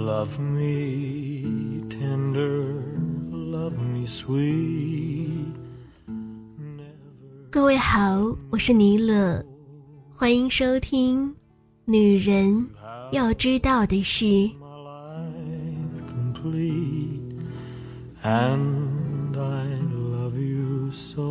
Love me tender, love me sweet. 各位好，我是尼勒，欢迎收听女人要知道的事。 And I love you so.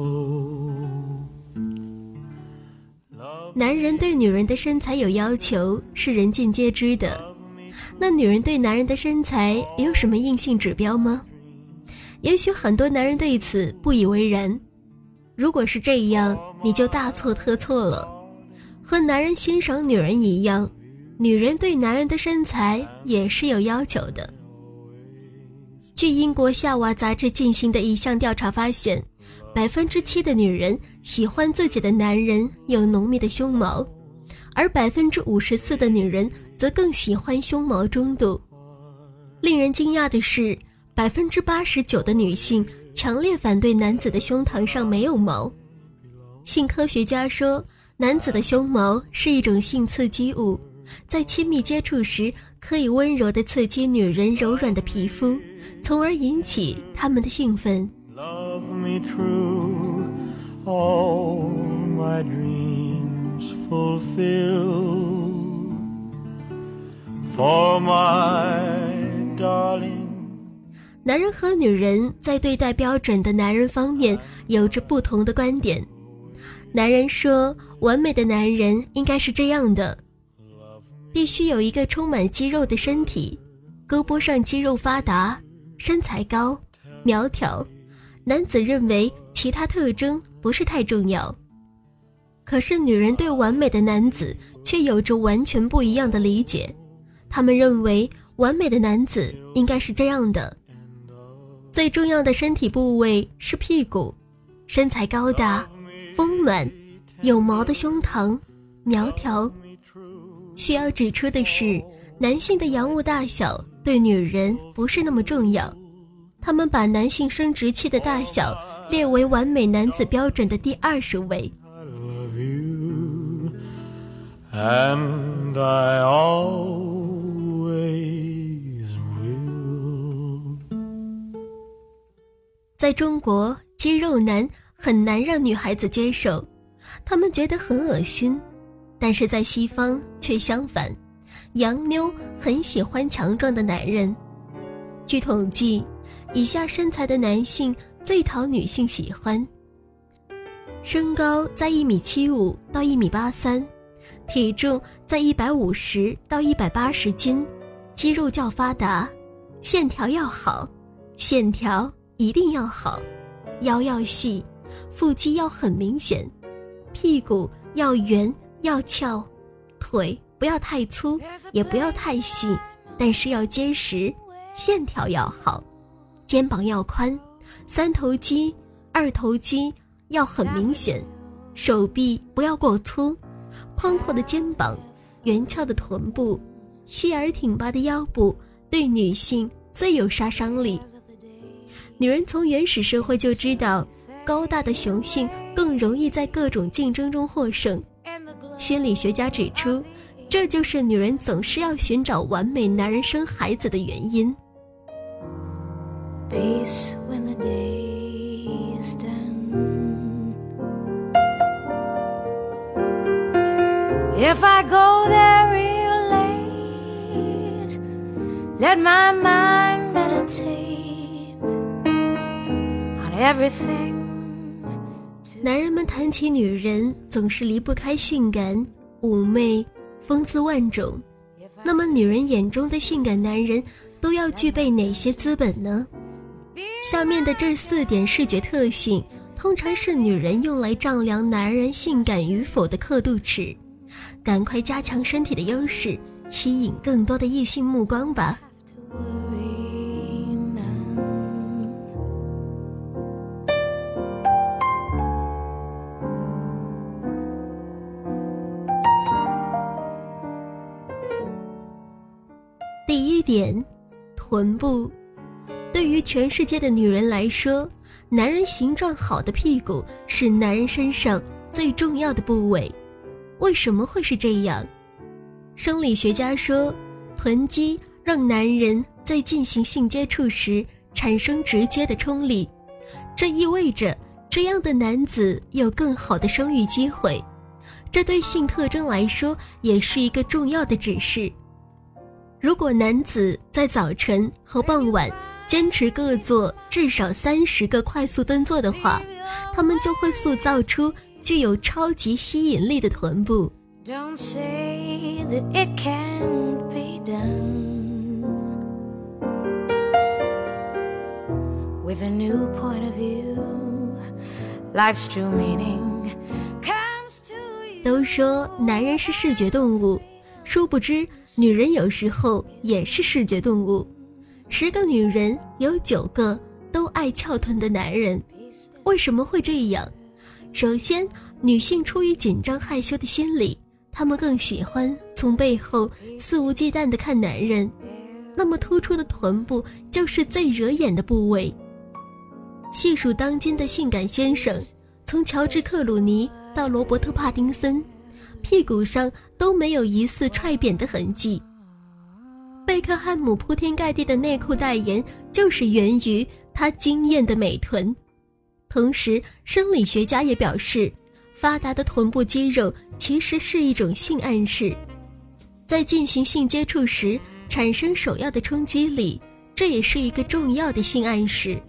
男人对女人的身材有要求是人尽皆知的，那女人对男人的身材有什么硬性指标吗？也许很多男人对此不以为然，如果是这样，你就大错特错了。和男人欣赏女人一样，女人对男人的身材也是有要求的。据英国夏娃杂志进行的一项调查发现，7%的女人喜欢自己的男人有浓密的胸毛，而54%的女人则更喜欢胸毛中度。令人惊讶的是，89%的女性强烈反对男子的胸膛上没有毛。性科学家说，男子的胸毛是一种性刺激物，在亲密接触时可以温柔地刺激女人柔软的皮肤，从而引起她们的兴奋。 Love me true, all my dreams fulfill. For my darling. 男人和女人在对待标准的男人方面有着不同的观点。男人说，完美的男人应该是这样的，必须有一个充满肌肉的身体，胳膊上肌肉发达，身材高，苗条。男子认为其他特征不是太重要。可是女人对完美的男子却有着完全不一样的理解，他们认为完美的男子应该是这样的，最重要的身体部位是屁股，身材高大，丰满，有毛的胸膛，苗条。需要指出的是，男性的阳物大小对女人不是那么重要，他们把男性生殖器的大小列为完美男子标准的第20位。 I love you, and I always will. 在中国，肌肉男很难让女孩子接受，他们觉得很恶心。但是在西方却相反，洋妞很喜欢强壮的男人。据统计，以下身材的男性最讨女性喜欢：身高在1.75米到1.83米，体重在150到180斤，肌肉较发达，线条要好，线条一定要好，腰要细，腹肌要很明显，屁股要圆要翘，腿不要太粗也不要太细，但是要结实，线条要好，肩膀要宽，3头肌2头肌要很明显，手臂不要过粗，宽阔的肩膀，圆翘的臀部，细而挺拔的腰部对女性最有杀伤力。女人从原始社会就知道，高大的雄性更容易在各种竞争中获胜。心理学家指出，这就是女人总是要寻找完美男人生孩子的原因。 Peace when the day is done. If I go there real late, let my mind meditate on everything. 男人们谈起女人，总是离不开性感、妩媚、风姿万种。那么女人眼中的性感男人都要具备哪些资本呢？下面的这4点视觉特性，通常是女人用来丈量男人性感与否的刻度尺。赶快加强身体的优势，吸引更多的异性目光吧。第1点，臀部。对于全世界的女人来说，男人形状好的屁股是男人身上最重要的部位。为什么会是这样？生理学家说，臀肌让男人在进行性接触时产生直接的冲力，这意味着这样的男子有更好的生育机会，这对性特征来说也是一个重要的指示。如果男子在早晨和傍晚坚持各做至少30个快速蹲坐的话，他们就会塑造出具有超级吸引力的臀部。 Don't say that it can't be done. With a new point of view, life's true meaning comes to you. 都说男人是视觉动物，殊不知女人有时候也是视觉动物。10个女人有9个都爱翘臀的男人。为什么会这样？首先，女性出于紧张害羞的心理，她们更喜欢从背后肆无忌惮地看男人，那么突出的臀部就是最惹眼的部位。细数当今的性感先生，从乔治·克鲁尼到罗伯特·帕丁森，屁股上都没有疑似踹扁的痕迹。贝克汉姆铺天盖地的内裤代言就是源于他惊艳的美臀。同时，生理学家也表示，发达的臀部肌肉其实是一种性暗示，在进行性接触时产生首要的冲击力，这也是一个重要的性暗示。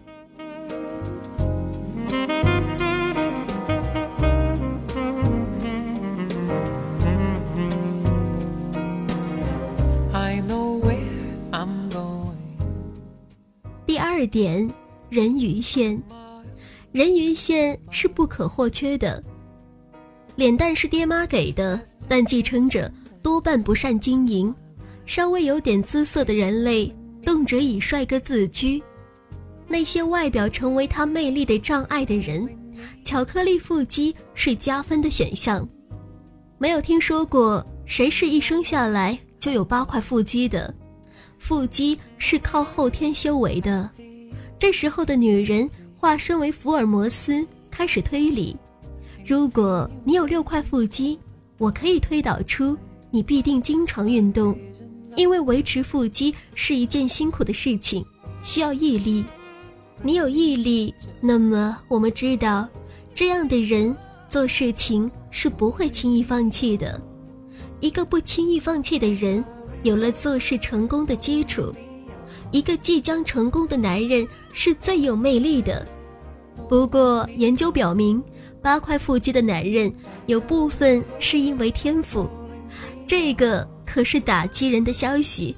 第2点，人鱼线。人鱼线是不可或缺的。脸蛋是爹妈给的，但继承者多半不善经营，稍微有点姿色的人类动辄以帅哥自居。那些外表成为他魅力的障碍的人，巧克力腹肌是加分的选项。没有听说过谁是一生下来就有8块腹肌的，腹肌是靠后天修为的。这时候的女人化身为福尔摩斯，开始推理，如果你有6块腹肌，我可以推导出你必定经常运动，因为维持腹肌是一件辛苦的事情，需要毅力。你有毅力，那么我们知道这样的人做事情是不会轻易放弃的。一个不轻易放弃的人，有了做事成功的基础。一个即将成功的男人是最有魅力的。不过研究表明，8块腹肌的男人有部分是因为天赋，这个可是打击人的消息。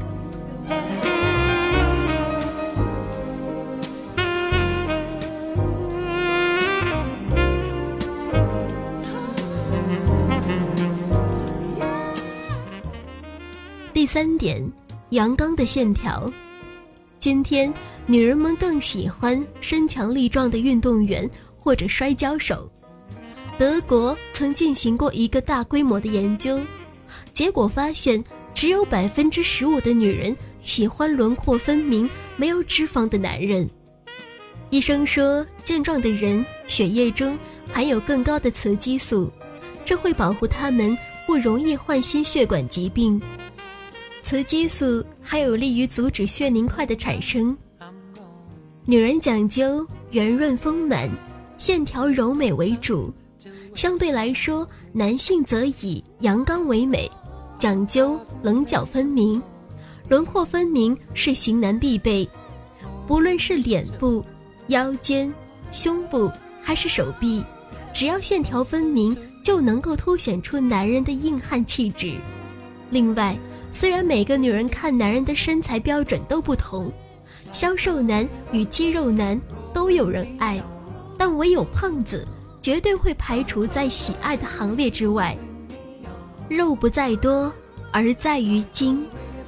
第3点，阳刚的线条。今天女人们更喜欢身强力壮的运动员或者摔跤手。德国曾进行过一个大规模的研究，结果发现只有15%的女人喜欢轮廓分明、没有脂肪的男人。医生说，健壮的人血液中含有更高的雌激素，这会保护他们不容易患心血管疾病。雌激素还有利于阻止血凝块的产生。女人讲究圆润丰满、线条柔美为主，相对来说，男性则以阳刚为美，讲究棱角分明。轮廓分明是型男必备，不论是脸部、腰间、胸部还是手臂，只要线条分明，就能够凸显出男人的硬汉气质。另外，虽然每个女人看男人的身材标准都不同，消瘦男与肌肉男都有人爱，但唯有胖子绝对会排除在喜爱的行列之外。肉不在多，而在于精。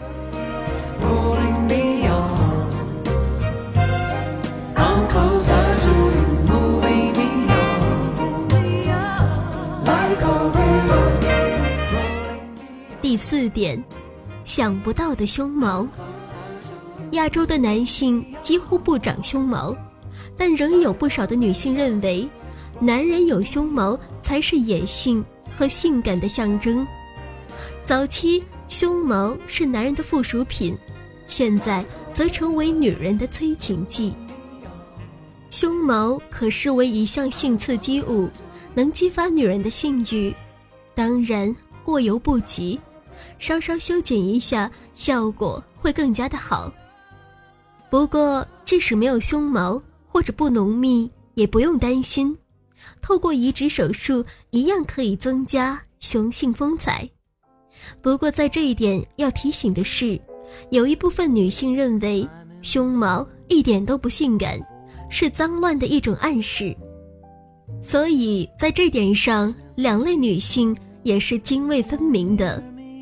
第4点，想不到的胸毛。亚洲的男性几乎不长胸毛，但仍有不少的女性认为，男人有胸毛才是野性和性感的象征。早期胸毛是男人的附属品，现在则成为女人的催情剂。胸毛可视为一项性刺激物，能激发女人的性欲，当然过犹不及，稍稍修剪一下，效果会更加的好。不过即使没有胸毛或者不浓密，也不用担心，透过移植手术一样可以增加雄性风采。不过在这一点要提醒的是，有一部分女性认为胸毛一点都不性感，是脏乱的一种暗示，所以在这点上两类女性也是泾渭分明的。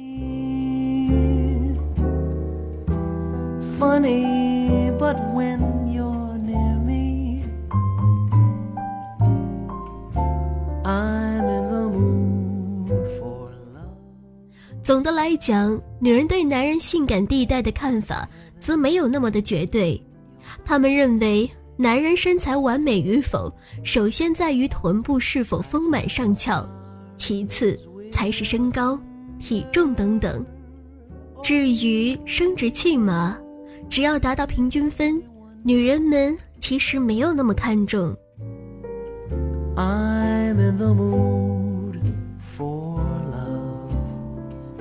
Funny, but when you're near me, I'm in the mood for love. 总的来讲，女人对男人性感地带的看法则没有那么的绝对。她们认为男人身材完美与否，首先在于臀部是否丰满上翘，其次才是身高、体重等等。至于生殖器嘛，只要达到平均分，女人们其实没有那么看重。 I'm in the mood for love.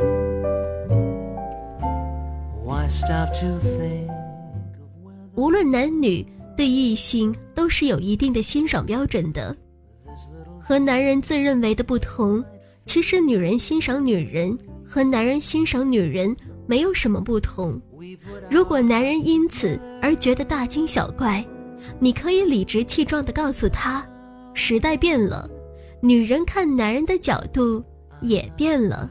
Why stop to think of whether 无论男女，对异性都是有一定的欣赏标准的。和男人自认为的不同，其实女人欣赏女人和男人欣赏女人没有什么不同。如果男人因此而觉得大惊小怪，你可以理直气壮地告诉他，时代变了，女人看男人的角度也变了。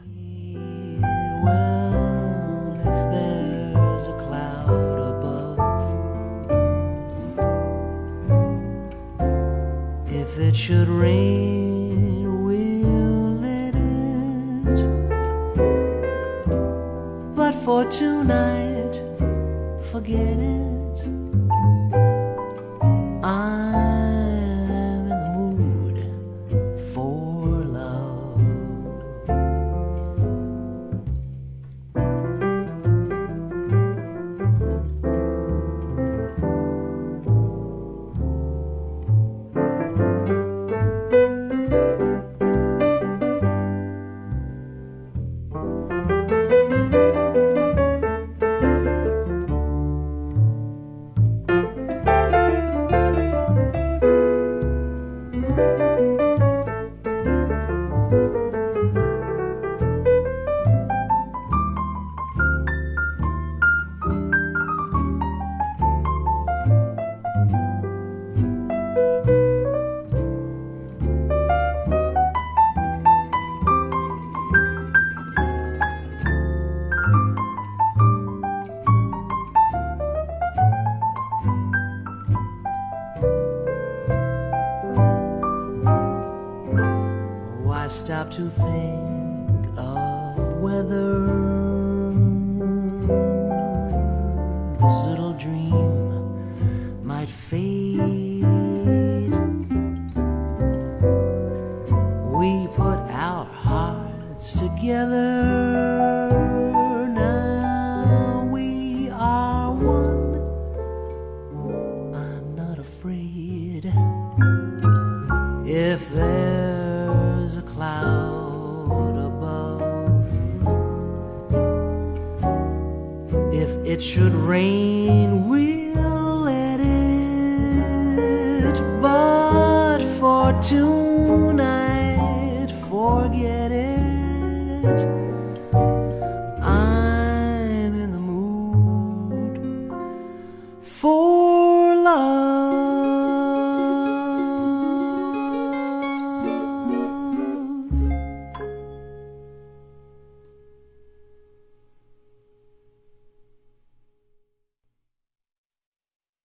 well, if there's a cloud above, if it should rain, we'll let it. But for tonight, forget it. I'm in the mood for love. Why stop to think of whether this little dream might fade? We put our hearts together. Now we are one. I'm not afraid. If there's a cloud above, if it should rain, we'll let it. But for tonight, forget it.